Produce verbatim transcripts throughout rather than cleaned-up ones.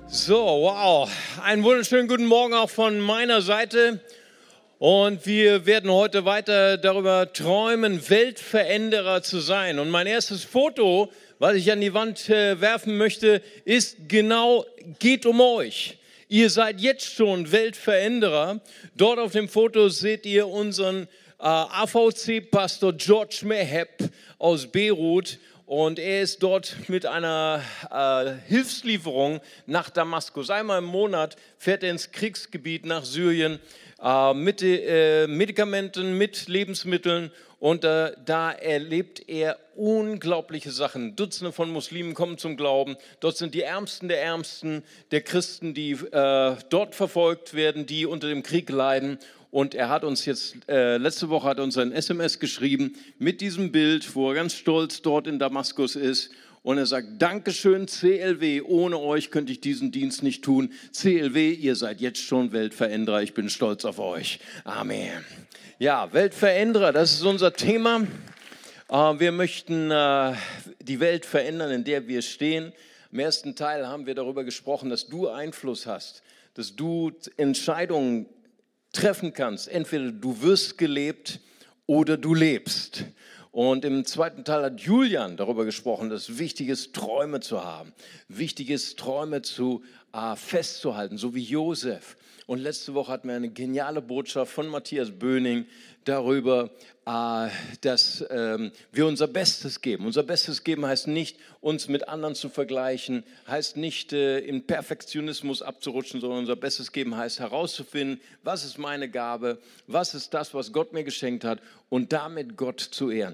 So, wow. Einen wunderschönen guten Morgen auch von meiner Seite. Und wir werden heute weiter darüber träumen, Weltveränderer zu sein. Und mein erstes Foto, was ich an die Wand äh, werfen möchte, ist genau, geht um euch. Ihr seid jetzt schon Weltveränderer. Dort auf dem Foto seht ihr unseren äh, A V C-Pastor George Meheb aus Beirut. Und er ist dort mit einer äh, Hilfslieferung nach Damaskus. Einmal im Monat fährt er ins Kriegsgebiet nach Syrien äh, mit äh, Medikamenten, mit Lebensmitteln. Und äh, da erlebt er unglaubliche Sachen. Dutzende von Muslimen kommen zum Glauben. Dort sind die Ärmsten der Ärmsten der Christen, die äh, dort verfolgt werden, die unter dem Krieg leiden. Und er hat uns jetzt, äh, letzte Woche hat er uns ein S M S geschrieben mit diesem Bild, wo er ganz stolz dort in Damaskus ist. Und er sagt, Dankeschön C L W, ohne euch könnte ich diesen Dienst nicht tun. C L W, ihr seid jetzt schon Weltveränderer, ich bin stolz auf euch. Amen. Ja, Weltveränderer, das ist unser Thema. Äh, wir möchten äh, die Welt verändern, in der wir stehen. Im ersten Teil haben wir darüber gesprochen, dass du Einfluss hast, dass du Entscheidungen treffen kannst. Entweder du wirst gelebt oder du lebst. Und im zweiten Teil hat Julian darüber gesprochen, dass es wichtig ist, Träume zu haben. Wichtig ist, Träume zu äh, festzuhalten, so wie Josef. Und letzte Woche hatten wir eine geniale Botschaft von Matthias Böning darüber, äh, dass äh, wir unser Bestes geben. Unser Bestes geben heißt nicht, uns mit anderen zu vergleichen, heißt nicht, äh, in Perfektionismus abzurutschen, sondern unser Bestes geben heißt herauszufinden, was ist meine Gabe, was ist das, was Gott mir geschenkt hat und damit Gott zu ehren.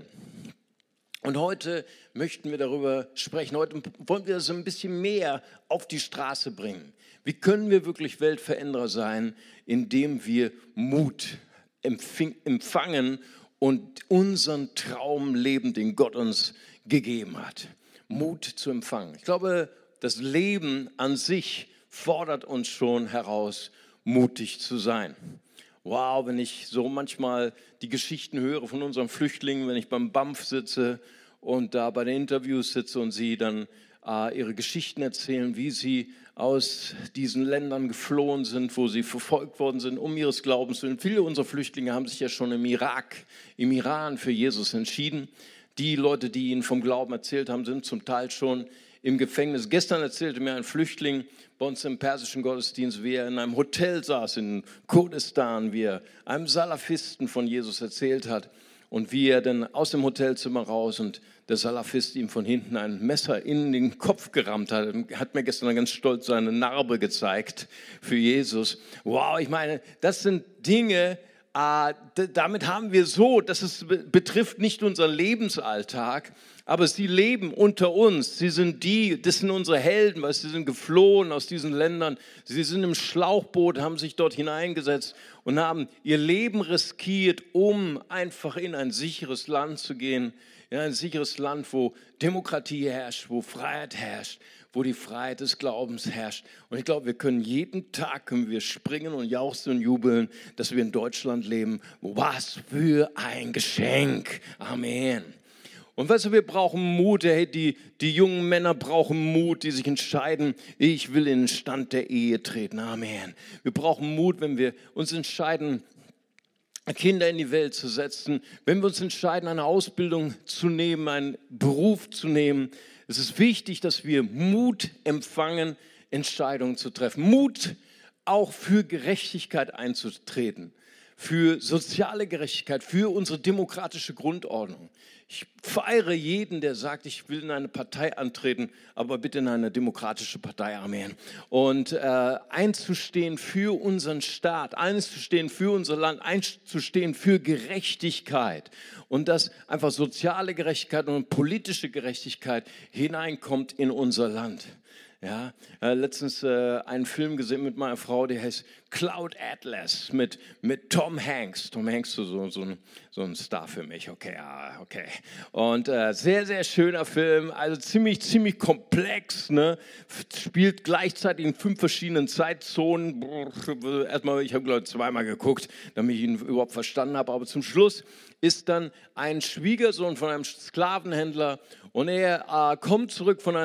Und heute möchten wir darüber sprechen. Heute wollen wir das ein bisschen mehr auf die Straße bringen. Wie können wir wirklich Weltveränderer sein, indem wir Mut empfangen und unseren Traum leben, den Gott uns gegeben hat. Mut zu empfangen. Ich glaube, das Leben an sich fordert uns schon heraus, mutig zu sein. Wow, wenn ich so manchmal die Geschichten höre von unseren Flüchtlingen, wenn ich beim B A M F sitze und da bei den Interviews sitze und sie dann äh, ihre Geschichten erzählen, wie sie aus diesen Ländern geflohen sind, wo sie verfolgt worden sind, um ihres Glaubens willen. Viele unserer Flüchtlinge haben sich ja schon im Irak, im Iran für Jesus entschieden. Die Leute, die ihnen vom Glauben erzählt haben, sind zum Teil schon im Gefängnis. Gestern erzählte mir ein Flüchtling bei uns im persischen Gottesdienst, wie er in einem Hotel saß in Kurdistan, wie er einem Salafisten von Jesus erzählt hat und wie er dann aus dem Hotelzimmer raus und der Salafist ihm von hinten ein Messer in den Kopf gerammt hat. Er hat mir gestern ganz stolz seine Narbe gezeigt für Jesus. Wow, ich meine, das sind Dinge, äh, d- damit haben wir so, das ist, betrifft nicht unseren Lebensalltag, aber sie leben unter uns. Sie sind die, das sind unsere Helden, weil sie sind geflohen aus diesen Ländern. Sie sind im Schlauchboot, haben sich dort hineingesetzt und haben ihr Leben riskiert, um einfach in ein sicheres Land zu gehen. Ja, ein sicheres Land, wo Demokratie herrscht, wo Freiheit herrscht, wo die Freiheit des Glaubens herrscht. Und ich glaube, wir können jeden Tag können wir springen und jauchzen und jubeln, dass wir in Deutschland leben. Was für ein Geschenk. Amen. Und weißt du, wir brauchen Mut. Hey, die, die jungen Männer brauchen Mut, die sich entscheiden, ich will in den Stand der Ehe treten. Amen. Wir brauchen Mut, wenn wir uns entscheiden, Kinder in die Welt zu setzen, wenn wir uns entscheiden, eine Ausbildung zu nehmen, einen Beruf zu nehmen. Es ist wichtig, dass wir Mut empfangen, Entscheidungen zu treffen. Mut, auch für Gerechtigkeit einzutreten, für soziale Gerechtigkeit, für unsere demokratische Grundordnung. Ich feiere jeden, der sagt, ich will in eine Partei antreten, aber bitte in eine demokratische Partei, Amen. Und äh, einzustehen für unseren Staat, einzustehen für unser Land, einzustehen für Gerechtigkeit. Und dass einfach soziale Gerechtigkeit und politische Gerechtigkeit hineinkommt in unser Land. Ja, äh, letztens äh, einen Film gesehen mit meiner Frau, der heißt Cloud Atlas mit, mit Tom Hanks. Tom Hanks, so, so, so, ein, so ein Star für mich, okay, ja, okay. Und äh, sehr, sehr schöner Film, also ziemlich, ziemlich komplex, ne? Spielt gleichzeitig in fünf verschiedenen Zeitzonen. Erstmal, ich habe glaube ich zweimal geguckt, damit ich ihn überhaupt verstanden habe, aber zum Schluss ist dann ein Schwiegersohn von einem Sklavenhändler und er äh, kommt zurück von einer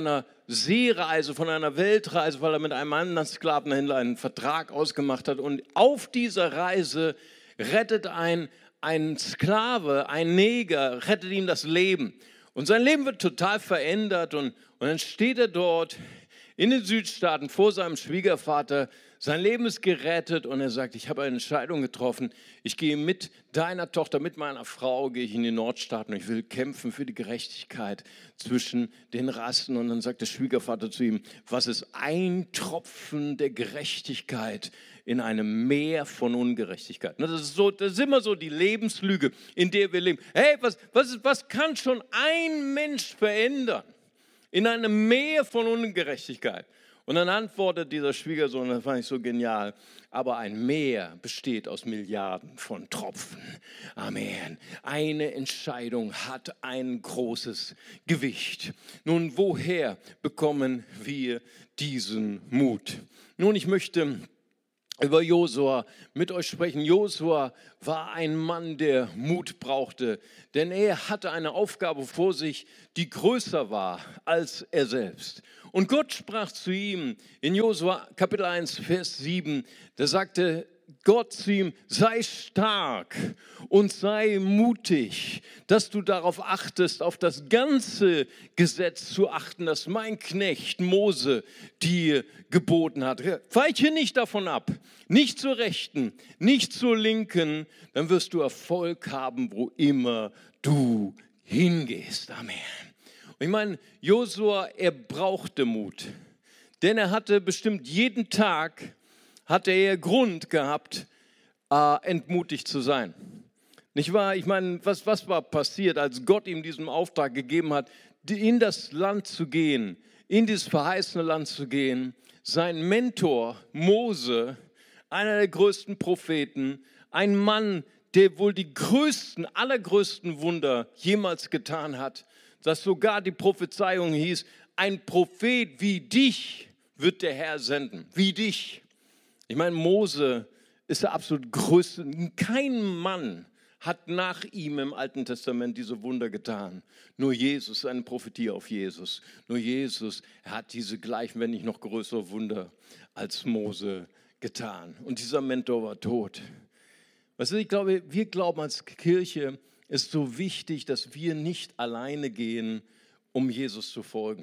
Seereise, von einer Weltreise, weil er mit einem anderen Sklavenhändler einen Vertrag ausgemacht hat. Und auf dieser Reise rettet ein, ein Sklave, ein Neger, rettet ihm das Leben. Und sein Leben wird total verändert. Und, und dann steht er dort in den Südstaaten vor seinem Schwiegervater. Sein Leben ist gerettet und er sagt, ich habe eine Entscheidung getroffen. Ich gehe mit deiner Tochter, mit meiner Frau, gehe ich in die Nordstaaten und ich will kämpfen für die Gerechtigkeit zwischen den Rassen. Und dann sagt der Schwiegervater zu ihm, was ist ein Tropfen der Gerechtigkeit in einem Meer von Ungerechtigkeit? Das ist, so, das ist immer so die Lebenslüge, in der wir leben. Hey, was, was, was kann schon ein Mensch verändern in einem Meer von Ungerechtigkeit? Und dann antwortet dieser Schwiegersohn, das fand ich so genial, aber ein Meer besteht aus Milliarden von Tropfen. Amen. Eine Entscheidung hat ein großes Gewicht. Nun, woher bekommen wir diesen Mut? Nun, ich möchte über Josua mit euch sprechen. Josua war ein Mann, der Mut brauchte, denn er hatte eine Aufgabe vor sich, die größer war als er selbst. Und Gott sprach zu ihm in Josua Kapitel eins, Vers sieben, da sagte Gott zu ihm, sei stark und sei mutig, dass du darauf achtest, auf das ganze Gesetz zu achten, das mein Knecht Mose dir geboten hat. Weiche nicht davon ab, nicht zur Rechten, nicht zur Linken, dann wirst du Erfolg haben, wo immer du hingehst. Amen. Und ich meine, Josua, er brauchte Mut, denn er hatte bestimmt jeden Tag hatte er Grund gehabt, äh, entmutigt zu sein. Nicht wahr? Ich meine, was, was war passiert, als Gott ihm diesen Auftrag gegeben hat, in das Land zu gehen, in dieses verheißene Land zu gehen? Sein Mentor Mose, einer der größten Propheten, ein Mann, der wohl die größten, allergrößten Wunder jemals getan hat, dass sogar die Prophezeiung hieß, ein Prophet wie dich wird der Herr senden, wie dich. Ich meine, Mose ist der absolut größte. Kein Mann hat nach ihm im Alten Testament diese Wunder getan. Nur Jesus, eine Prophetie auf Jesus. Nur Jesus, er hat diese gleichen, wenn nicht noch größere Wunder als Mose getan. Und dieser Mentor war tot. Weißt du, ich glaube, wir glauben als Kirche, es ist so wichtig, dass wir nicht alleine gehen, um Jesus zu folgen.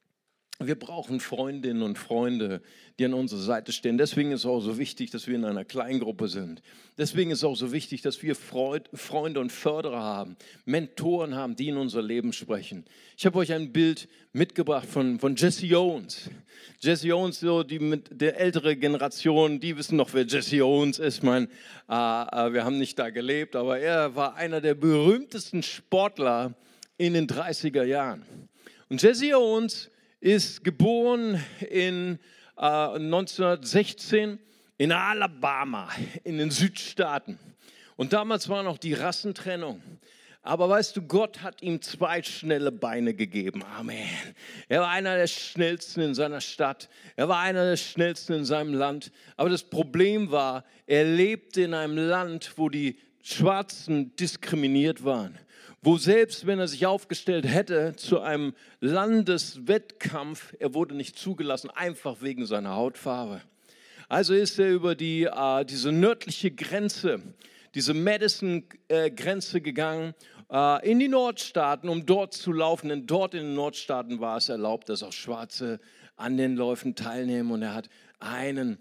Wir brauchen Freundinnen und Freunde, die an unserer Seite stehen. Deswegen ist es auch so wichtig, dass wir in einer Kleingruppe sind. Deswegen ist es auch so wichtig, dass wir Freunde und Förderer haben, Mentoren haben, die in unser Leben sprechen. Ich habe euch ein Bild mitgebracht von, von Jesse Owens. Jesse Owens, so die mit der ältere Generation, die wissen noch, wer Jesse Owens ist. Ich meine, äh, äh, wir haben nicht da gelebt, aber er war einer der berühmtesten Sportler in den dreißiger Jahren. Und Jesse Owens ist geboren in äh, neunzehnhundertsechzehn in Alabama, in den Südstaaten. Und damals war noch die Rassentrennung. Aber weißt du, Gott hat ihm zwei schnelle Beine gegeben. Amen. Er war einer der schnellsten in seiner Stadt. Er war einer der schnellsten in seinem Land. Aber das Problem war, er lebte in einem Land, wo die Schwarzen diskriminiert waren. Wo selbst, wenn er sich aufgestellt hätte zu einem Landeswettkampf, er wurde nicht zugelassen, einfach wegen seiner Hautfarbe. Also ist er über die, äh, diese nördliche Grenze, diese Madison-Grenze gegangen, äh, in die Nordstaaten, um dort zu laufen. Denn dort in den Nordstaaten war es erlaubt, dass auch Schwarze an den Läufen teilnehmen. Und er hat einen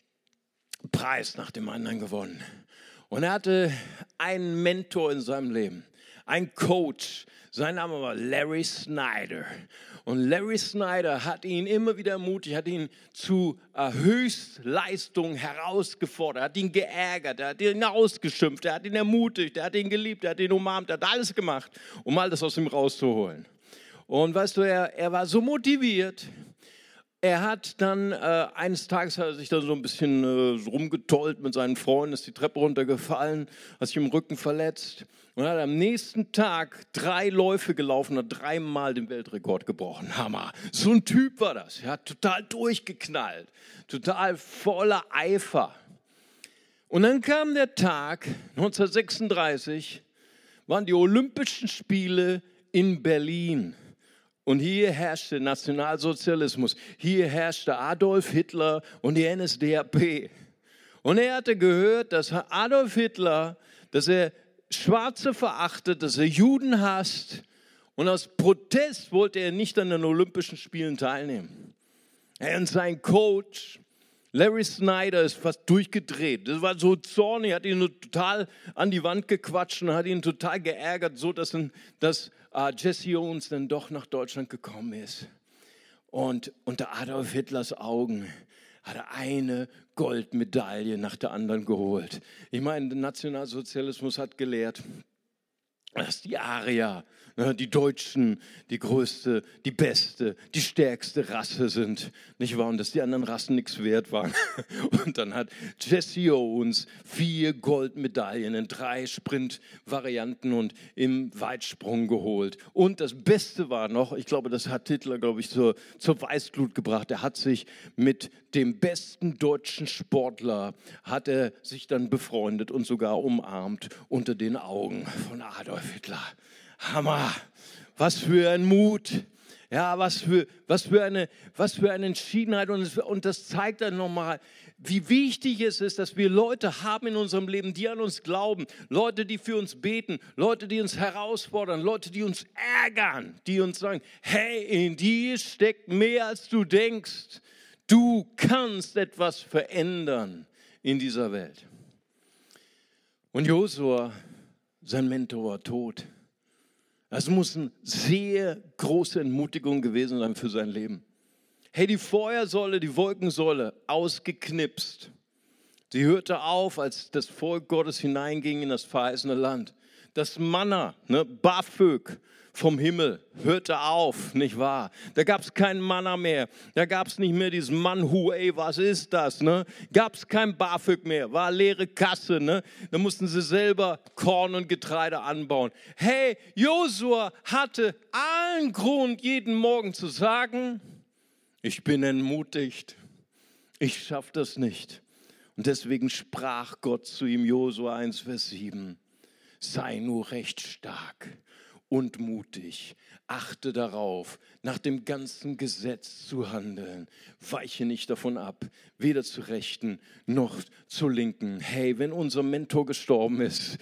Preis nach dem anderen gewonnen. Und er hatte einen Mentor in seinem Leben. Ein Coach, sein Name war Larry Snyder. Und Larry Snyder hat ihn immer wieder ermutigt, hat ihn zu äh, Höchstleistung herausgefordert, hat ihn geärgert, er hat ihn ausgeschimpft, er hat ihn ermutigt, er hat ihn geliebt, er hat ihn umarmt, er hat alles gemacht, um alles aus ihm rauszuholen. Und weißt du, er, er war so motiviert. Er hat dann, äh, eines Tages hat er sich dann so ein bisschen äh, rumgetollt mit seinen Freunden, ist die Treppe runtergefallen, hat sich im Rücken verletzt und hat am nächsten Tag drei Läufe gelaufen, hat dreimal den Weltrekord gebrochen. Hammer. So ein Typ war das. Er hat total durchgeknallt, total voller Eifer. Und dann kam der Tag, neunzehnhundertsechsunddreißig, waren die Olympischen Spiele in Berlin. Und hier herrschte Nationalsozialismus. Hier herrschte Adolf Hitler und die N S D A P. Und er hatte gehört, dass Adolf Hitler, dass er Schwarze verachtet, dass er Juden hasst. Und aus Protest wollte er nicht an den Olympischen Spielen teilnehmen. Und sein Coach, Larry Snyder, ist fast durchgedreht. Das war so zornig, hat ihn total an die Wand gequatscht und hat ihn total geärgert, so dass, dass uh, Jesse Owens dann doch nach Deutschland gekommen ist. Und unter Adolf Hitlers Augen hat er eine Goldmedaille nach der anderen geholt. Ich meine, der Nationalsozialismus hat gelehrt, dass die Arier, die Deutschen, die größte, die beste, die stärkste Rasse sind, nicht wahr? Und dass die anderen Rassen nichts wert waren. Und dann hat Jesse Owens vier Goldmedaillen in drei Sprintvarianten und im Weitsprung geholt. Und das Beste war noch, ich glaube, das hat Hitler, glaube ich, zur, zur Weißglut gebracht. Er hat sich mit dem besten deutschen Sportler, hat er sich dann befreundet und sogar umarmt unter den Augen von Adolf Hitler. Hammer, was für ein Mut, ja, was für, was für, eine, was für eine Entschiedenheit. Und, es, und das zeigt dann nochmal, wie wichtig es ist, dass wir Leute haben in unserem Leben, die an uns glauben, Leute, die für uns beten, Leute, die uns herausfordern, Leute, die uns ärgern, die uns sagen, hey, in dir steckt mehr, als du denkst. Du kannst etwas verändern in dieser Welt. Und Josua, sein Mentor, war tot. Das muss eine sehr große Entmutigung gewesen sein für sein Leben. Hey, die Feuersäule, die Wolkensäule, ausgeknipst. Sie hörte auf, als das Volk Gottes hineinging in das verheißene Land. Das Manna, ne, Bafög vom Himmel, hörte auf, nicht wahr? Da gab es kein Manna mehr. Da gab es nicht mehr dieses Manhu, ey, was ist das? Ne? Gab es kein Bafög mehr, war leere Kasse. Ne? Da mussten sie selber Korn und Getreide anbauen. Hey, Josua hatte allen Grund, jeden Morgen zu sagen, ich bin entmutigt, ich schaffe das nicht. Und deswegen sprach Gott zu ihm, Josua eins, Vers sieben, sei nur recht stark und mutig. Achte darauf, nach dem ganzen Gesetz zu handeln. Weiche nicht davon ab, weder zur Rechten noch zur Linken. Hey, wenn unser Mentor gestorben ist,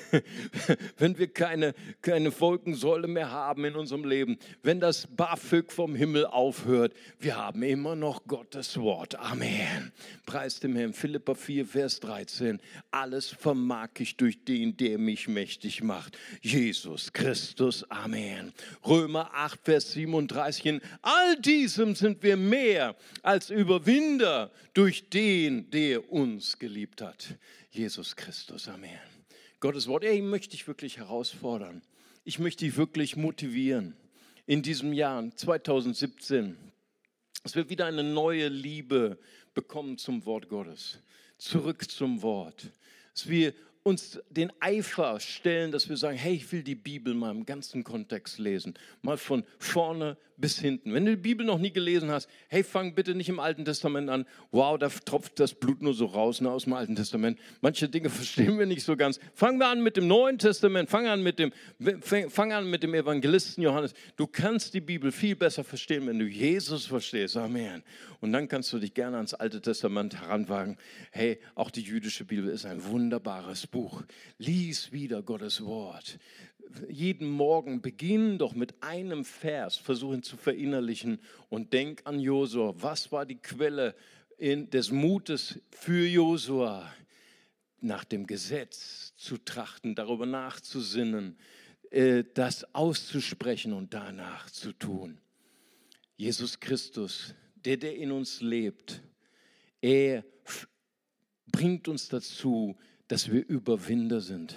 wenn wir keine, keine Wolkensäule mehr haben in unserem Leben, wenn das Bafög vom Himmel aufhört, wir haben immer noch Gottes Wort. Amen. Preis dem Herrn. Philipper vier, Vers dreizehn. Alles vermag ich durch den, der mich mächtig macht. Jesus Christus. Amen. Römer acht, Vers siebenunddreißig. In all diesem sind wir mehr als Überwinder durch den, der uns geliebt hat. Jesus Christus. Amen. Gottes Wort, ey, möchte ich wirklich herausfordern. Ich möchte dich wirklich motivieren in diesem Jahr zwanzig siebzehn, dass wir wieder eine neue Liebe bekommen zum Wort Gottes. Zurück zum Wort. Dass wir uns den Eifer stellen, dass wir sagen, hey, ich will die Bibel mal im ganzen Kontext lesen. Mal von vorne bis hinten. Wenn du die Bibel noch nie gelesen hast, hey, fang bitte nicht im Alten Testament an. Wow, da tropft das Blut nur so raus, ne, aus dem Alten Testament. Manche Dinge verstehen wir nicht so ganz. Fangen wir an mit dem Neuen Testament. Fang an mit dem, fang an mit dem Evangelisten Johannes. Du kannst die Bibel viel besser verstehen, wenn du Jesus verstehst. Amen. Und dann kannst du dich gerne ans Alte Testament heranwagen. Hey, auch die jüdische Bibel ist ein wunderbares Buch. Lies wieder Gottes Wort. Jeden Morgen beginn doch mit einem Vers, versuch ihn zu verinnerlichen und denk an Josua. Was war die Quelle in, des Mutes für Josua? Nach dem Gesetz zu trachten, darüber nachzusinnen, äh, das auszusprechen und danach zu tun. Jesus Christus, der, der in uns lebt, er f- bringt uns dazu, dass wir Überwinder sind.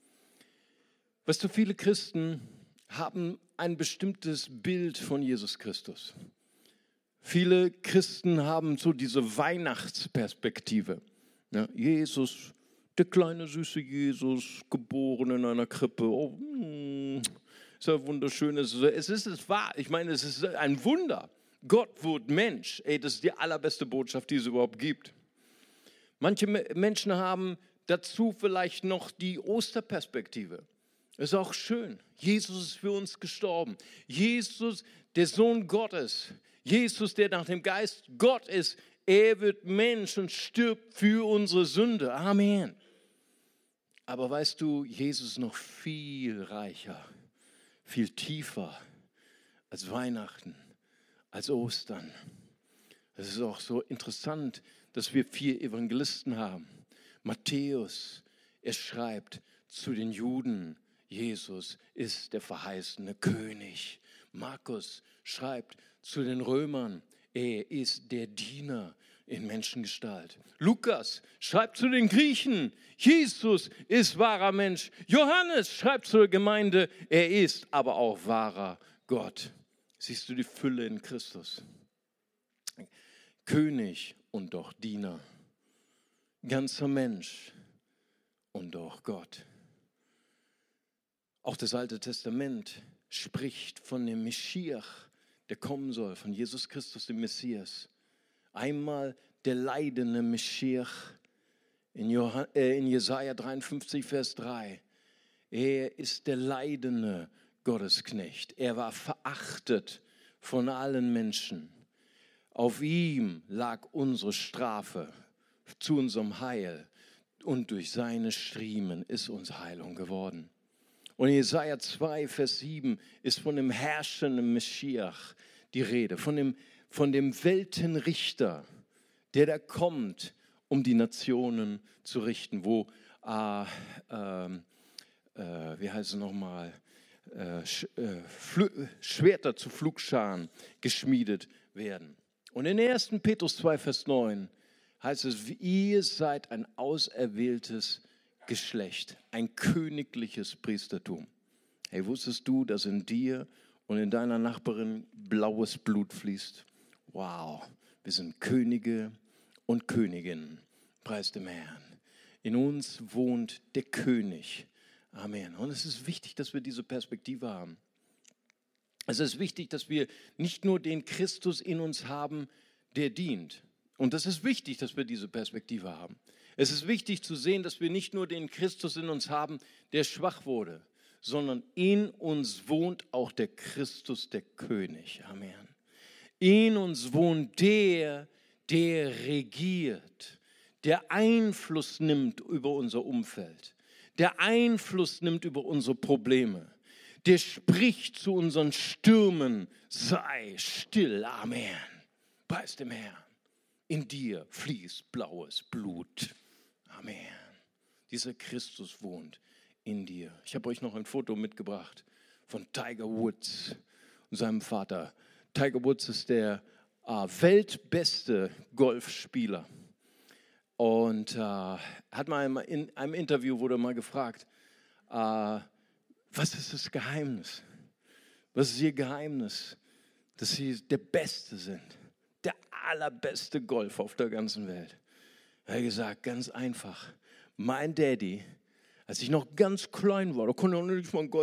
Weißt du, viele Christen haben ein bestimmtes Bild von Jesus Christus. Viele Christen haben so diese Weihnachtsperspektive. Ja, Jesus, der kleine süße Jesus, geboren in einer Krippe. Oh, mm, ist ja wunderschön. Es ist, es ist wahr. Ich meine, es ist ein Wunder. Gott wurde Mensch. Ey, das ist die allerbeste Botschaft, die es überhaupt gibt. Manche Menschen haben dazu vielleicht noch die Osterperspektive. Ist auch schön. Jesus ist für uns gestorben. Jesus, der Sohn Gottes, Jesus, der nach dem Geist Gott ist, er wird Mensch und stirbt für unsere Sünde. Amen. Aber weißt du, Jesus ist noch viel reicher, viel tiefer als Weihnachten, als Ostern. Es ist auch so interessant, dass wir vier Evangelisten haben. Matthäus, er schreibt zu den Juden, Jesus ist der verheißene König. Markus schreibt zu den Römern, er ist der Diener in Menschengestalt. Lukas schreibt zu den Griechen, Jesus ist wahrer Mensch. Johannes schreibt zur Gemeinde, er ist aber auch wahrer Gott. Siehst du die Fülle in Christus? König und doch Diener. Ganzer Mensch und doch Gott. Auch das Alte Testament spricht von dem Meschiach, der kommen soll, von Jesus Christus, dem Messias. Einmal der leidende Meschiach in, Johann, äh, in Jesaja dreiundfünfzig, Vers drei. Er ist der leidende Gottesknecht. Er war verachtet von allen Menschen. Auf ihm lag unsere Strafe zu unserem Heil und durch seine Striemen ist uns Heilung geworden. Und in Jesaja zwei, Vers sieben ist von dem herrschenden Meschiach die Rede, von dem, von dem Weltenrichter, der da kommt, um die Nationen zu richten, wo, äh, äh, äh, wie heißt es nochmal, äh, Sch, äh, Schwerter zu Pflugscharen geschmiedet werden. Und in ersten Petrus zwei, Vers neun heißt es, ihr seid ein auserwähltes Geschlecht, ein königliches Priestertum. Hey, wusstest du, dass in dir und in deiner Nachbarin blaues Blut fließt? Wow, wir sind Könige und Königinnen. Preis dem Herrn. In uns wohnt der König. Amen. Und es ist wichtig, dass wir diese Perspektive haben. Es ist wichtig, dass wir nicht nur den Christus in uns haben, der dient. Und das ist wichtig, dass wir diese Perspektive haben. Es ist wichtig zu sehen, dass wir nicht nur den Christus in uns haben, der schwach wurde, sondern in uns wohnt auch der Christus, der König. Amen. In uns wohnt der, der regiert, der Einfluss nimmt über unser Umfeld, der Einfluss nimmt über unsere Probleme, der spricht zu unseren Stürmen, sei still, Amen. Preis dem Herrn. In dir fließt blaues Blut. Amen. Dieser Christus wohnt in dir. Ich habe euch noch ein Foto mitgebracht von Tiger Woods und seinem Vater. Tiger Woods ist der äh, weltbeste Golfspieler. Und äh, hat mal in einem Interview wurde mal gefragt, äh, was ist das Geheimnis? Was ist ihr Geheimnis, dass sie der Beste sind? Der allerbeste Golfer auf der ganzen Welt. Er hat gesagt, ganz einfach. Mein Daddy, als ich noch ganz klein war, da konnte ich noch nicht mal einen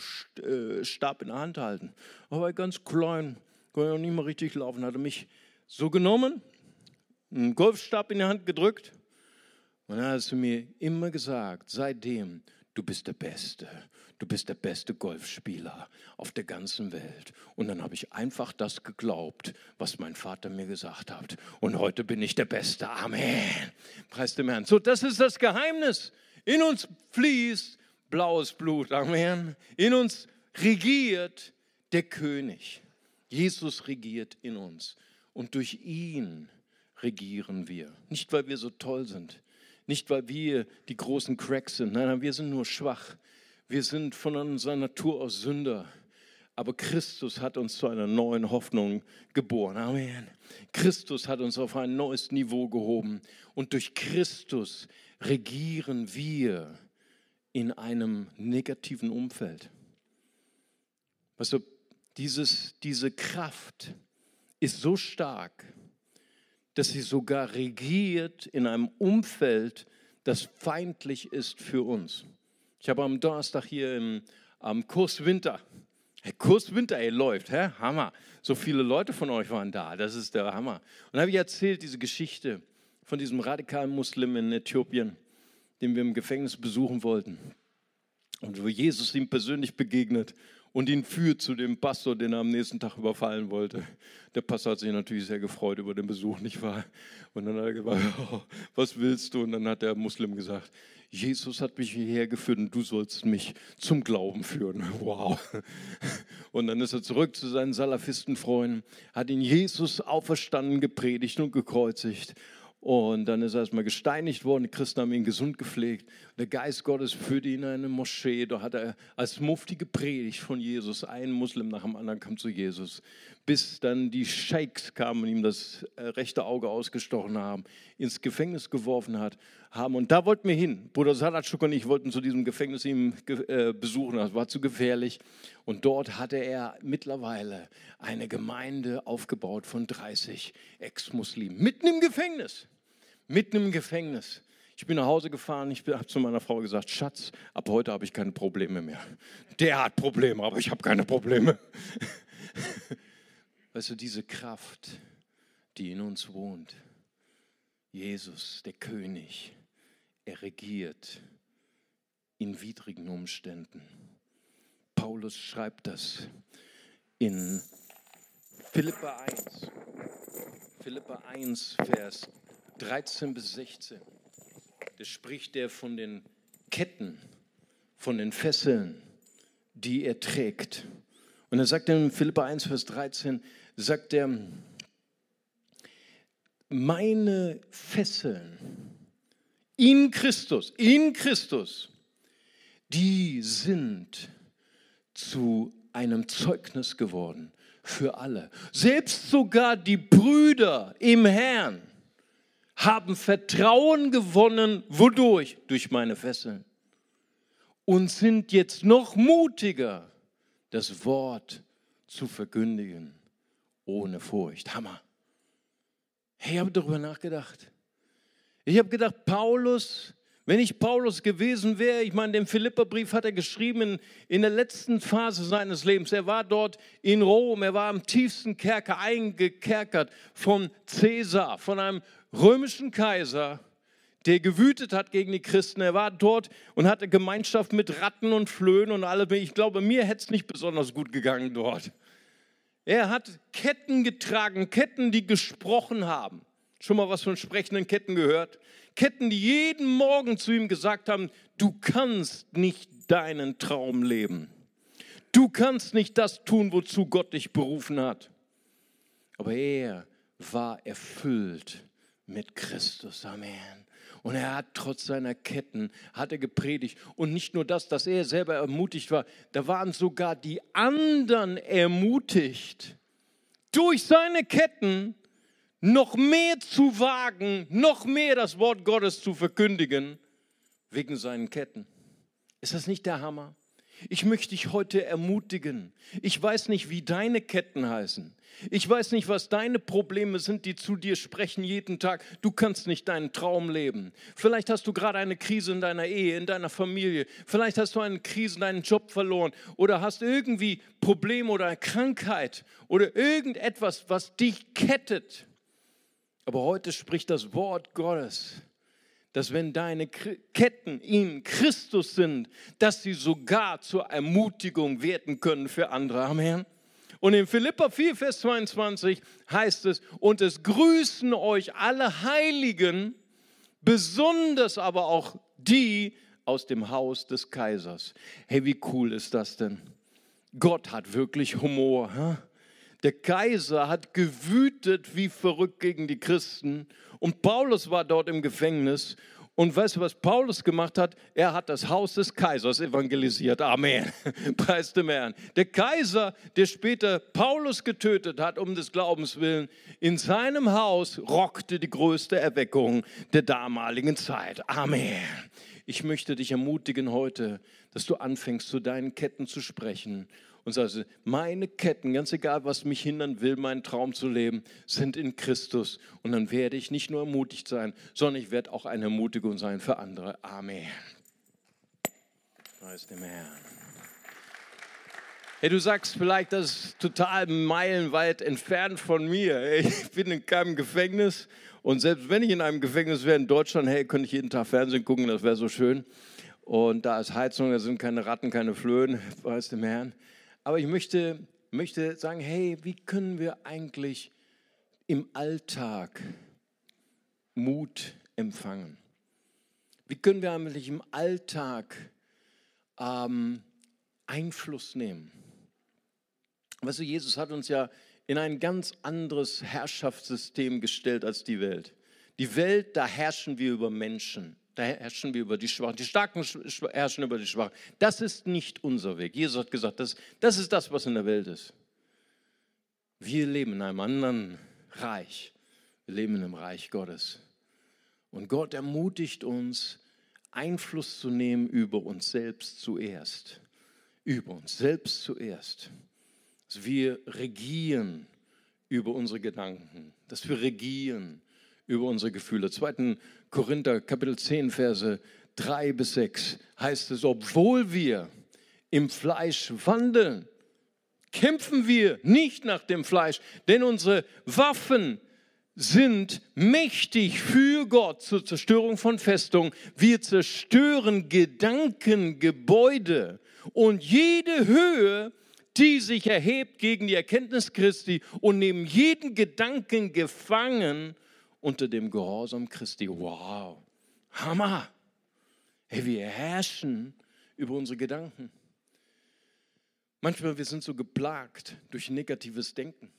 Golfstab in der Hand halten. Aber ganz klein, konnte ich noch nicht mal richtig laufen. Hat er mich so genommen, einen Golfstab in die Hand gedrückt und dann hat er zu mir immer gesagt, seitdem, du bist der Beste. Du bist der beste Golfspieler auf der ganzen Welt. Und dann habe ich einfach das geglaubt, was mein Vater mir gesagt hat. Und heute bin ich der Beste. Amen. Preis dem Herrn. So, das ist das Geheimnis. In uns fließt blaues Blut. Amen. In uns regiert der König. Jesus regiert in uns. Und durch ihn regieren wir. Nicht, weil wir so toll sind. Nicht, weil wir die großen Cracks sind. Nein, wir sind nur schwach. Wir sind von unserer Natur aus Sünder. Aber Christus hat uns zu einer neuen Hoffnung geboren. Amen. Christus hat uns auf ein neues Niveau gehoben. Und durch Christus regieren wir in einem negativen Umfeld. Weißt du, dieses, diese Kraft ist so stark, dass sie sogar regiert in einem Umfeld, das feindlich ist für uns. Ich habe am Donnerstag hier im, am Kurs Winter, hey, Kurs Winter, ey, läuft, hä? Hammer. So viele Leute von euch waren da, das ist der Hammer. Und dann habe ich erzählt, diese Geschichte von diesem radikalen Muslim in Äthiopien, den wir im Gefängnis besuchen wollten. Und wo Jesus ihm persönlich begegnet und ihn führt zu dem Pastor, den er am nächsten Tag überfallen wollte. Der Pastor hat sich natürlich sehr gefreut über den Besuch, nicht wahr? Und dann hat er gesagt, oh, was willst du? Und dann hat der Muslim gesagt, Jesus hat mich hierher geführt und du sollst mich zum Glauben führen. Wow. Und dann ist er zurück zu seinen Salafistenfreunden, hat ihn Jesus auferstanden, gepredigt und gekreuzigt. Und dann ist er erstmal gesteinigt worden, die Christen haben ihn gesund gepflegt. Der Geist Gottes führte ihn in eine Moschee, da hat er als Mufti gepredigt von Jesus. Ein Muslim nach dem anderen kam zu Jesus, bis dann die Scheiks kamen und ihm das rechte Auge ausgestochen haben, ins Gefängnis geworfen hat, haben. Und da wollten wir hin. Bruder Sadatschuk und ich wollten zu diesem Gefängnis ihn äh, besuchen, das war zu gefährlich. Und dort hatte er mittlerweile eine Gemeinde aufgebaut von dreißig Ex-Muslimen, mitten im Gefängnis. Mitten im Gefängnis. Ich bin nach Hause gefahren, ich habe zu meiner Frau gesagt, Schatz, ab heute habe ich keine Probleme mehr. Der hat Probleme, aber ich habe keine Probleme. Weißt du, diese Kraft, die in uns wohnt, Jesus, der König, er regiert in widrigen Umständen. Paulus schreibt das in Philipper eins. Philipper eins, Vers dreizehn bis sechzehn. Da spricht er von den Ketten, von den Fesseln, die er trägt. Und er sagt in Philipper eins, Vers dreizehn, sagt er, meine Fesseln in Christus, in Christus, die sind zu einem Zeugnis geworden für alle. Selbst sogar die Brüder im Herrn haben Vertrauen gewonnen. Wodurch? Durch meine Fesseln. Und sind jetzt noch mutiger, das Wort zu verkündigen, ohne Furcht. Hammer. Hey, ich habe darüber nachgedacht. Ich habe gedacht, Paulus, wenn ich Paulus gewesen wäre, ich meine, den Philipperbrief hat er geschrieben in, in der letzten Phase seines Lebens. Er war dort in Rom, er war im tiefsten Kerker eingekerkert von Cäsar, von einem römischen Kaiser, der gewütet hat gegen die Christen. Er war dort und hatte Gemeinschaft mit Ratten und Flöhen und allem. Ich glaube, mir hätte es nicht besonders gut gegangen dort. Er hat Ketten getragen, Ketten, die gesprochen haben. Schon mal was von sprechenden Ketten gehört? Ketten, die jeden Morgen zu ihm gesagt haben, du kannst nicht deinen Traum leben. Du kannst nicht das tun, wozu Gott dich berufen hat. Aber er war erfüllt mit Christus. Amen. Und er hat trotz seiner Ketten, hat er gepredigt. Und nicht nur das, dass er selber ermutigt war, da waren sogar die anderen ermutigt, durch seine Ketten noch mehr zu wagen, noch mehr das Wort Gottes zu verkündigen, wegen seinen Ketten. Ist das nicht der Hammer? Ich möchte dich heute ermutigen. Ich weiß nicht, wie deine Ketten heißen. Ich weiß nicht, was deine Probleme sind, die zu dir sprechen jeden Tag. Du kannst nicht deinen Traum leben. Vielleicht hast du gerade eine Krise in deiner Ehe, in deiner Familie. Vielleicht hast du eine Krise, deinen Job verloren oder hast irgendwie Probleme oder eine Krankheit oder irgendetwas, was dich kettet. Aber heute spricht das Wort Gottes, dass wenn deine Ketten in Christus sind, dass sie sogar zur Ermutigung werden können für andere. Amen. Und in Philipper vier, Vers zweiundzwanzig heißt es, und es grüßen euch alle Heiligen, besonders aber auch die aus dem Haus des Kaisers. Hey, wie cool ist das denn? Gott hat wirklich Humor. Hm? Der Kaiser hat gewütet wie verrückt gegen die Christen und Paulus war dort im Gefängnis. Und weißt du, was Paulus gemacht hat? Er hat das Haus des Kaisers evangelisiert. Amen. Preis dem Herrn. Der Kaiser, der später Paulus getötet hat, um des Glaubens willen, in seinem Haus rockte die größte Erweckung der damaligen Zeit. Amen. Ich möchte dich ermutigen heute, dass du anfängst, zu deinen Ketten zu sprechen. Und sagst, meine Ketten, ganz egal, was mich hindern will, meinen Traum zu leben, sind in Christus. Und dann werde ich nicht nur ermutigt sein, sondern ich werde auch eine Ermutigung sein für andere. Amen. Preis dem Herrn. Hey, du sagst vielleicht, das ist total meilenweit entfernt von mir. Ich bin in keinem Gefängnis. Und selbst wenn ich in einem Gefängnis wäre in Deutschland, hey, könnte ich jeden Tag Fernsehen gucken, das wäre so schön. Und da ist Heizung, da sind keine Ratten, keine Flöhen, preis dem Herrn. aber ich möchte, möchte sagen, hey, wie können wir eigentlich im Alltag Mut empfangen? Wie können wir eigentlich im Alltag ähm, Einfluss nehmen? Weißt du, Jesus hat uns ja in ein ganz anderes Herrschaftssystem gestellt als die Welt. Die Welt, da herrschen wir über Menschen, da herrschen wir über die Schwachen. Die Starken herrschen über die Schwachen. Das ist nicht unser Weg. Jesus hat gesagt, das, das ist das, was in der Welt ist. Wir leben in einem anderen Reich. Wir leben in einem Reich Gottes. Und Gott ermutigt uns, Einfluss zu nehmen über uns selbst zuerst. Über uns selbst zuerst. Dass wir regieren über unsere Gedanken. Dass wir regieren über unsere Gefühle. zweiter Korinther, Kapitel zehn, Verse drei bis sechs heißt es, obwohl wir im Fleisch wandeln, kämpfen wir nicht nach dem Fleisch, denn unsere Waffen sind mächtig für Gott zur Zerstörung von Festungen. Wir zerstören Gedankengebäude und jede Höhe, die sich erhebt gegen die Erkenntnis Christi und nehmen jeden Gedanken gefangen unter dem Gehorsam Christi. Wow, Hammer! Hey, wir herrschen über unsere Gedanken. Manchmal wir sind so geplagt durch negatives Denken,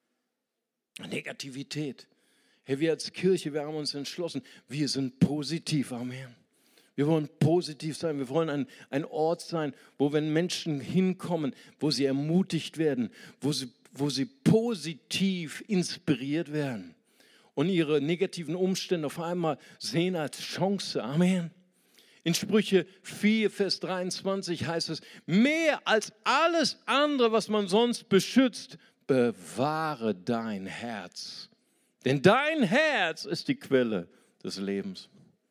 Negativität. Hey, wir als Kirche, wir haben uns entschlossen, wir sind positiv, Amen. Wir wollen positiv sein, wir wollen ein, ein Ort sein, wo wenn Menschen hinkommen, wo sie ermutigt werden, wo sie, wo sie positiv inspiriert werden und ihre negativen Umstände auf einmal sehen als Chance, Amen. In Sprüche vier, Vers dreiundzwanzig heißt es, mehr als alles andere, was man sonst beschützt, bewahre dein Herz. Denn dein Herz ist die Quelle des Lebens.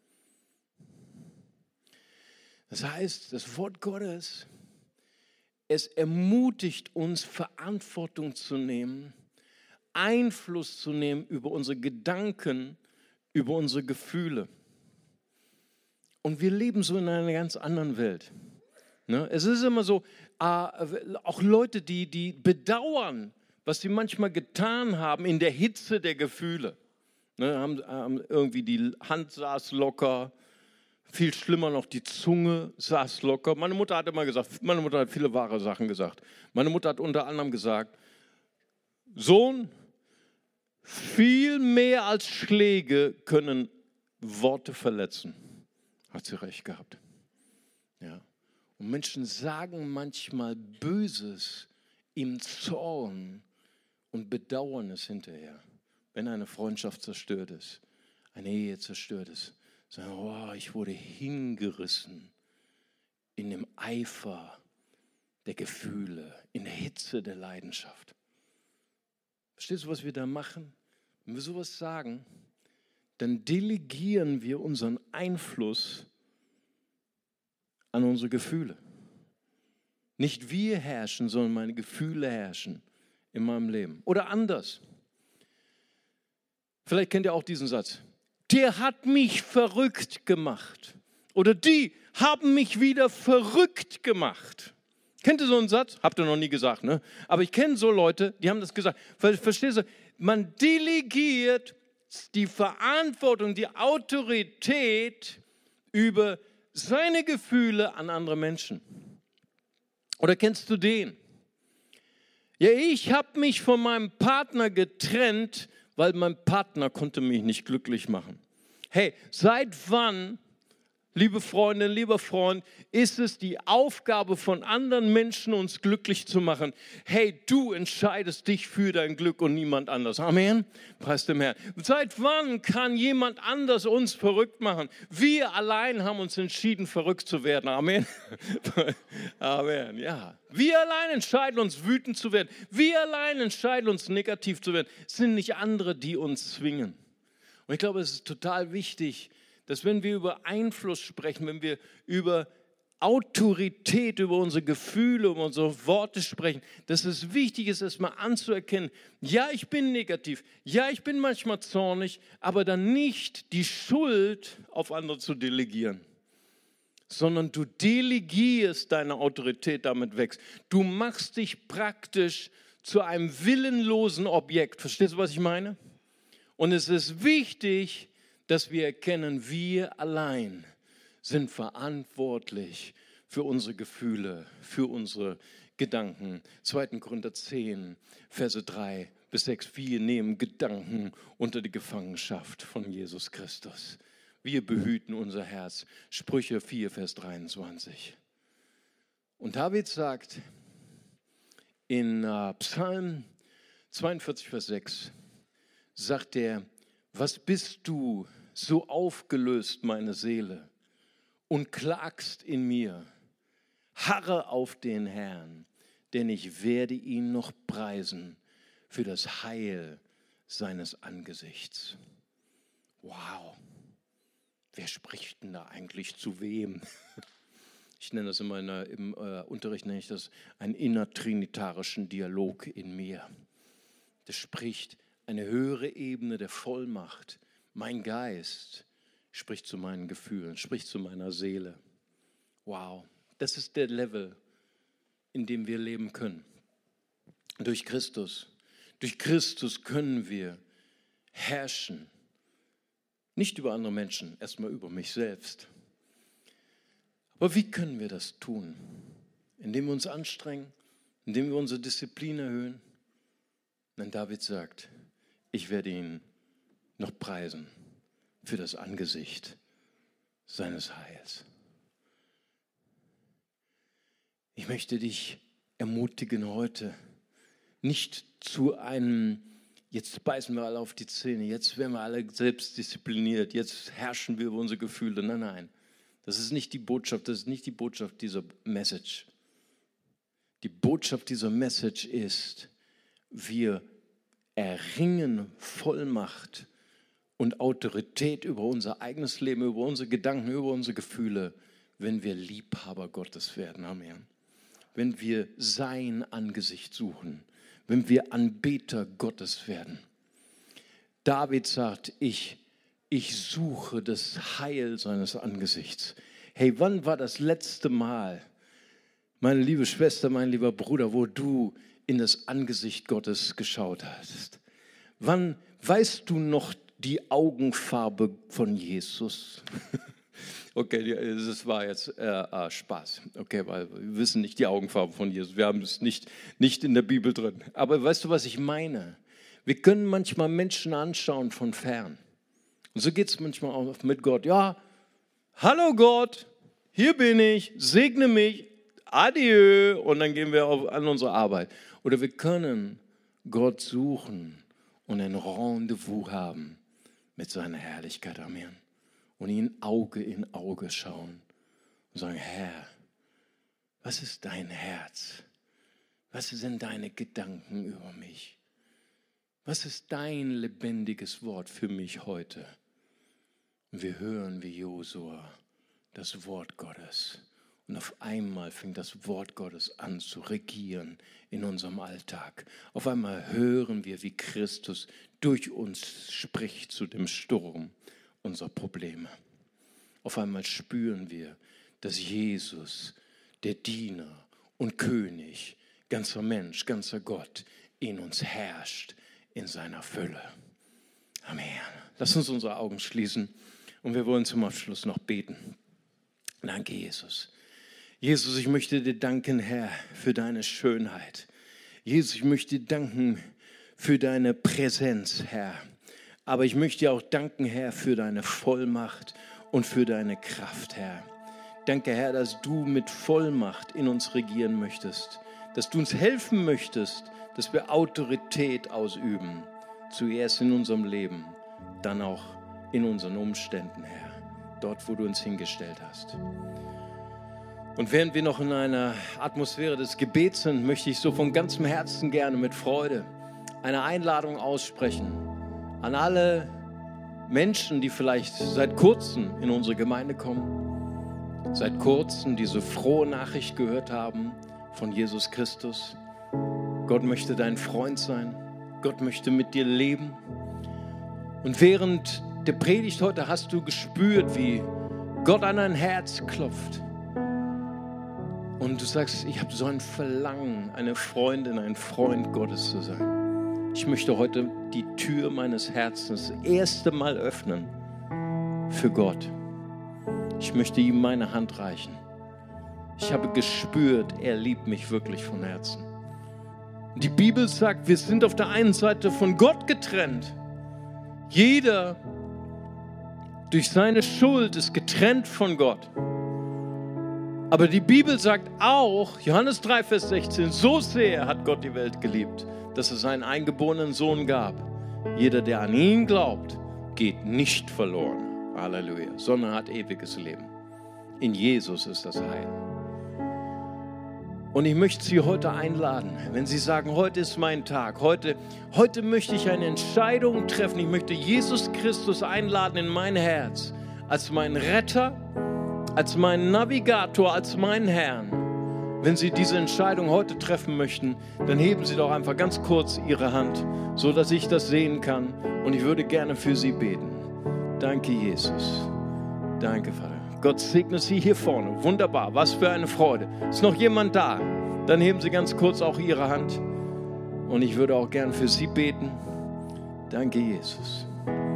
Das heißt, das Wort Gottes, es ermutigt uns, Verantwortung zu nehmen, Einfluss zu nehmen über unsere Gedanken, über unsere Gefühle. Und wir leben so in einer ganz anderen Welt. Ne? Es ist immer so, äh, auch Leute, die, die bedauern, was sie manchmal getan haben in der Hitze der Gefühle. Ne? Haben, haben irgendwie die Hand saß locker, viel schlimmer noch, die Zunge saß locker. Meine Mutter hat immer gesagt, meine Mutter hat viele wahre Sachen gesagt. Meine Mutter hat unter anderem gesagt, Sohn, viel mehr als Schläge können Worte verletzen. Hat sie recht gehabt. Ja. Und Menschen sagen manchmal Böses im Zorn und bedauern es hinterher, wenn eine Freundschaft zerstört ist, eine Ehe zerstört ist. Sagen, oh, ich wurde hingerissen in dem Eifer der Gefühle, in der Hitze der Leidenschaft. Verstehst du, was wir da machen? Wenn wir sowas sagen, dann delegieren wir unseren Einfluss an unsere Gefühle. Nicht wir herrschen, sondern meine Gefühle herrschen in meinem Leben. Oder anders. Vielleicht kennt ihr auch diesen Satz. Der hat mich verrückt gemacht. Oder die haben mich wieder verrückt gemacht. Kennt ihr so einen Satz? Habt ihr noch nie gesagt, ne? Aber ich kenne so Leute, die haben das gesagt. Verstehst du? Man delegiert die Verantwortung, die Autorität über seine Gefühle an andere Menschen. Oder kennst du den? Ja, ich habe mich von meinem Partner getrennt, weil mein Partner konnte mich nicht glücklich machen. Hey, seit wann, liebe Freundin, lieber Freund, ist es die Aufgabe von anderen Menschen, uns glücklich zu machen? Hey, du entscheidest dich für dein Glück und niemand anders. Amen. Preis dem Herrn. Seit wann kann jemand anders uns verrückt machen? Wir allein haben uns entschieden, verrückt zu werden. Amen. Amen, ja. Wir allein entscheiden uns, wütend zu werden. Wir allein entscheiden uns, negativ zu werden. Es sind nicht andere, die uns zwingen. Und ich glaube, es ist total wichtig, dass wenn wir über Einfluss sprechen, wenn wir über Autorität, über unsere Gefühle, über unsere Worte sprechen, dass es wichtig ist, erstmal anzuerkennen, ja, ich bin negativ, ja, ich bin manchmal zornig, aber dann nicht die Schuld auf andere zu delegieren, sondern du delegierst deine Autorität, damit wächst. Du machst dich praktisch zu einem willenlosen Objekt. Verstehst du, was ich meine? Und es ist wichtig, dass wir erkennen, wir allein sind verantwortlich für unsere Gefühle, für unsere Gedanken. zweiter Korinther zehn, Verse drei bis sechs. Wir nehmen Gedanken unter die Gefangenschaft von Jesus Christus. Wir behüten unser Herz. Sprüche vier, Vers dreiundzwanzig. Und David sagt in uh, Psalm zweiundvierzig, Vers sechs, sagt er, was bist du so aufgelöst, meine Seele, und klagst in mir? Harre auf den Herrn, denn ich werde ihn noch preisen für das Heil seines Angesichts. Wow, wer spricht denn da eigentlich zu wem? Ich nenne das immer in der, im äh, Unterricht, nenne ich das einen innertrinitarischen Dialog in mir. Das spricht eine höhere Ebene der Vollmacht. Mein Geist spricht zu meinen Gefühlen, spricht zu meiner Seele. Wow, das ist der Level, in dem wir leben können. Durch Christus. Durch Christus können wir herrschen. Nicht über andere Menschen, erstmal über mich selbst. Aber wie können wir das tun? Indem wir uns anstrengen, indem wir unsere Disziplin erhöhen. Denn David sagt, ich werde ihn noch preisen für das Angesicht seines Heils. Ich möchte dich ermutigen heute, nicht zu einem, jetzt beißen wir alle auf die Zähne, jetzt werden wir alle selbstdiszipliniert, jetzt herrschen wir über unsere Gefühle. Nein, nein, das ist nicht die Botschaft, das ist nicht die Botschaft dieser Message. Die Botschaft dieser Message ist, wir erringen Vollmacht und Autorität über unser eigenes Leben, über unsere Gedanken, über unsere Gefühle, wenn wir Liebhaber Gottes werden. Amen. Wenn wir sein Angesicht suchen, wenn wir Anbeter Gottes werden. David sagt, ich, ich suche das Heil seines Angesichts. Hey, wann war das letzte Mal, meine liebe Schwester, mein lieber Bruder, wo du in das Angesicht Gottes geschaut hast? Wann weißt du noch die Augenfarbe von Jesus? Okay, das war jetzt äh, äh, Spaß. Okay, weil wir wissen nicht die Augenfarbe von Jesus. Wir haben es nicht, nicht in der Bibel drin. Aber weißt du, was ich meine? Wir können manchmal Menschen anschauen von fern. Und so geht es manchmal auch mit Gott. Ja, hallo Gott, hier bin ich, segne mich, adieu. Und dann gehen wir auf, an unsere Arbeit. Oder wir können Gott suchen und ein Rendezvous haben mit seiner Herrlichkeit. Amen. Und ihn Auge in Auge schauen und sagen, Herr, was ist dein Herz? Was sind deine Gedanken über mich? Was ist dein lebendiges Wort für mich heute? Und wir hören wie Josua das Wort Gottes. Und auf einmal fängt das Wort Gottes an zu regieren in unserem Alltag. Auf einmal hören wir, wie Christus durch uns spricht zu dem Sturm unserer Probleme. Auf einmal spüren wir, dass Jesus, der Diener und König, ganzer Mensch, ganzer Gott, in uns herrscht in seiner Fülle. Amen. Lass uns unsere Augen schließen und wir wollen zum Abschluss noch beten. Danke, Jesus. Jesus, ich möchte dir danken, Herr, für deine Schönheit. Jesus, ich möchte dir danken für deine Präsenz, Herr. Aber ich möchte dir auch danken, Herr, für deine Vollmacht und für deine Kraft, Herr. Danke, Herr, dass du mit Vollmacht in uns regieren möchtest, dass du uns helfen möchtest, dass wir Autorität ausüben, zuerst in unserem Leben, dann auch in unseren Umständen, Herr, dort, wo du uns hingestellt hast. Und während wir noch in einer Atmosphäre des Gebets sind, möchte ich so von ganzem Herzen gerne mit Freude eine Einladung aussprechen an alle Menschen, die vielleicht seit kurzem in unsere Gemeinde kommen, seit kurzem diese frohe Nachricht gehört haben von Jesus Christus. Gott möchte dein Freund sein. Gott möchte mit dir leben. Und während der Predigt heute hast du gespürt, wie Gott an dein Herz klopft und du sagst, ich habe so ein Verlangen, eine Freundin, ein Freund Gottes zu sein. Ich möchte heute die Tür meines Herzens das erste Mal öffnen für Gott. Ich möchte ihm meine Hand reichen. Ich habe gespürt, er liebt mich wirklich von Herzen. Die Bibel sagt, wir sind auf der einen Seite von Gott getrennt. Jeder durch seine Schuld ist getrennt von Gott. Aber die Bibel sagt auch, Johannes drei, Vers sechzehn, so sehr hat Gott die Welt geliebt, dass es seinen eingeborenen Sohn gab. Jeder, der an ihn glaubt, geht nicht verloren, Halleluja, sondern hat ewiges Leben. In Jesus ist das Heil. Und ich möchte Sie heute einladen, wenn Sie sagen, heute ist mein Tag, heute, heute möchte ich eine Entscheidung treffen, ich möchte Jesus Christus einladen in mein Herz, als meinen Retter, als meinen Navigator, als meinen Herrn. Wenn Sie diese Entscheidung heute treffen möchten, dann heben Sie doch einfach ganz kurz Ihre Hand, so dass ich das sehen kann. Und ich würde gerne für Sie beten. Danke, Jesus. Danke, Vater. Gott segne Sie hier vorne. Wunderbar. Was für eine Freude. Ist noch jemand da? Dann heben Sie ganz kurz auch Ihre Hand. Und ich würde auch gerne für Sie beten. Danke, Jesus.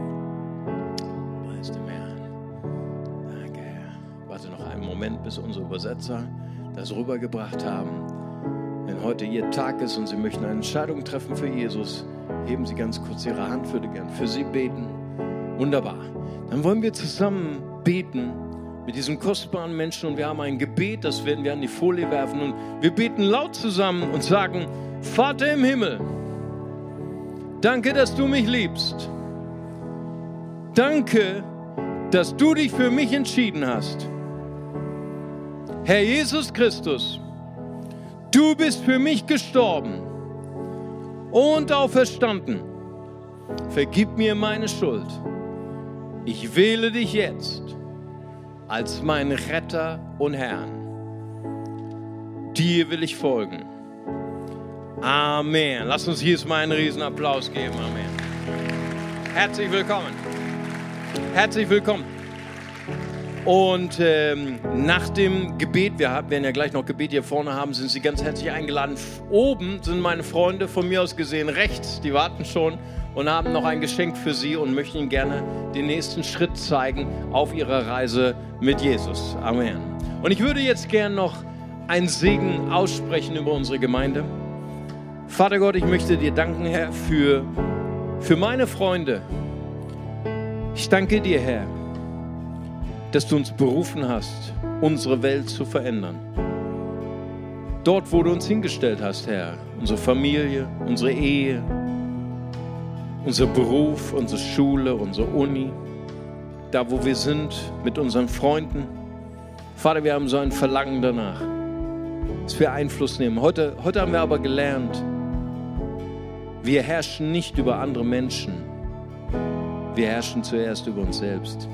Preis dem Herrn. Danke, Herr. Warte noch einen Moment, bis unsere Übersetzer das rübergebracht haben. Wenn heute Ihr Tag ist und Sie möchten eine Entscheidung treffen für Jesus, heben Sie ganz kurz Ihre Hand. Ich würde gerne für Sie beten. Wunderbar. Dann wollen wir zusammen beten mit diesem kostbaren Menschen und wir haben ein Gebet, das werden wir an die Folie werfen und wir beten laut zusammen und sagen, Vater im Himmel, danke, dass du mich liebst. Danke, dass du dich für mich entschieden hast. Herr Jesus Christus, du bist für mich gestorben und auferstanden. Vergib mir meine Schuld. Ich wähle dich jetzt als mein Retter und Herrn. Dir will ich folgen. Amen. Lass uns hier mal einen riesen Applaus geben. Amen. Herzlich willkommen. Herzlich willkommen. Und ähm, nach dem Gebet, wir haben, werden ja gleich noch Gebet hier vorne haben, sind Sie ganz herzlich eingeladen. Oben sind meine Freunde, von mir aus gesehen rechts, die warten schon und haben noch ein Geschenk für Sie und möchten Ihnen gerne den nächsten Schritt zeigen auf Ihrer Reise mit Jesus. Amen. Und ich würde jetzt gerne noch einen Segen aussprechen über unsere Gemeinde. Vater Gott, ich möchte dir danken, Herr, für, für meine Freunde. Ich danke dir, Herr, dass du uns berufen hast, unsere Welt zu verändern. Dort, wo du uns hingestellt hast, Herr, unsere Familie, unsere Ehe, unser Beruf, unsere Schule, unsere Uni, da, wo wir sind, mit unseren Freunden. Vater, wir haben so ein Verlangen danach, dass wir Einfluss nehmen. Heute, heute haben wir aber gelernt, wir herrschen nicht über andere Menschen. Wir herrschen zuerst über uns selbst.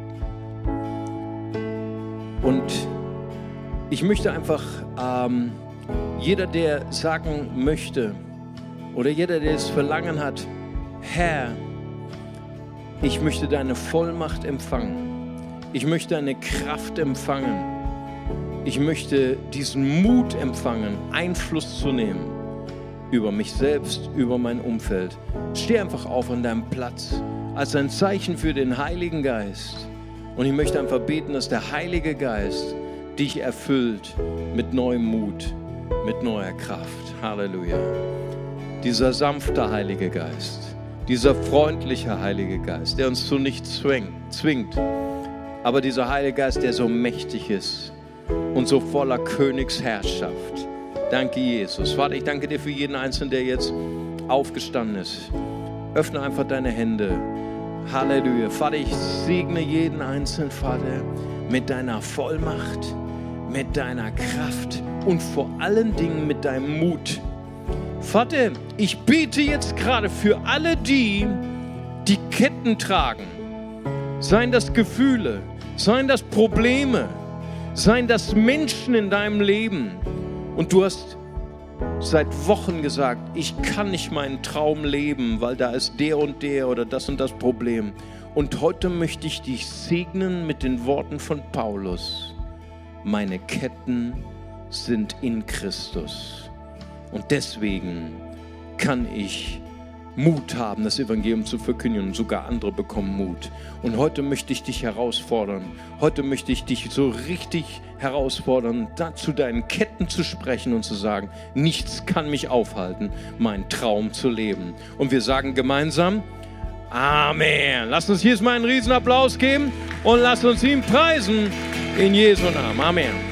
Und ich möchte einfach, ähm, jeder, der sagen möchte, oder jeder, der das Verlangen hat, Herr, ich möchte deine Vollmacht empfangen. Ich möchte deine Kraft empfangen. Ich möchte diesen Mut empfangen, Einfluss zu nehmen über mich selbst, über mein Umfeld. Steh einfach auf an deinem Platz als ein Zeichen für den Heiligen Geist. Und ich möchte einfach beten, dass der Heilige Geist dich erfüllt mit neuem Mut, mit neuer Kraft. Halleluja. Dieser sanfte Heilige Geist, dieser freundliche Heilige Geist, der uns zu nichts zwingt, aber dieser Heilige Geist, der so mächtig ist und so voller Königsherrschaft. Danke, Jesus. Vater, ich danke dir für jeden Einzelnen, der jetzt aufgestanden ist. Öffne einfach deine Hände. Halleluja. Vater, ich segne jeden Einzelnen, Vater, mit deiner Vollmacht, mit deiner Kraft und vor allen Dingen mit deinem Mut. Vater, ich bete jetzt gerade für alle die, die Ketten tragen. Seien das Gefühle, seien das Probleme, seien das Menschen in deinem Leben. Und du hast seit Wochen gesagt, ich kann nicht meinen Traum leben, weil da ist der und der oder das und das Problem. Und heute möchte ich dich segnen mit den Worten von Paulus. Meine Ketten sind in Christus. Und deswegen kann ich Mut haben, das Evangelium zu verkündigen, und sogar andere bekommen Mut. Und heute möchte ich dich herausfordern. Heute möchte ich dich so richtig herausfordern, da zu deinen Ketten zu sprechen und zu sagen, nichts kann mich aufhalten, meinen Traum zu leben. Und wir sagen gemeinsam, Amen. Lass uns hier mal einen riesen Applaus geben und lass uns ihn preisen in Jesu Namen. Amen.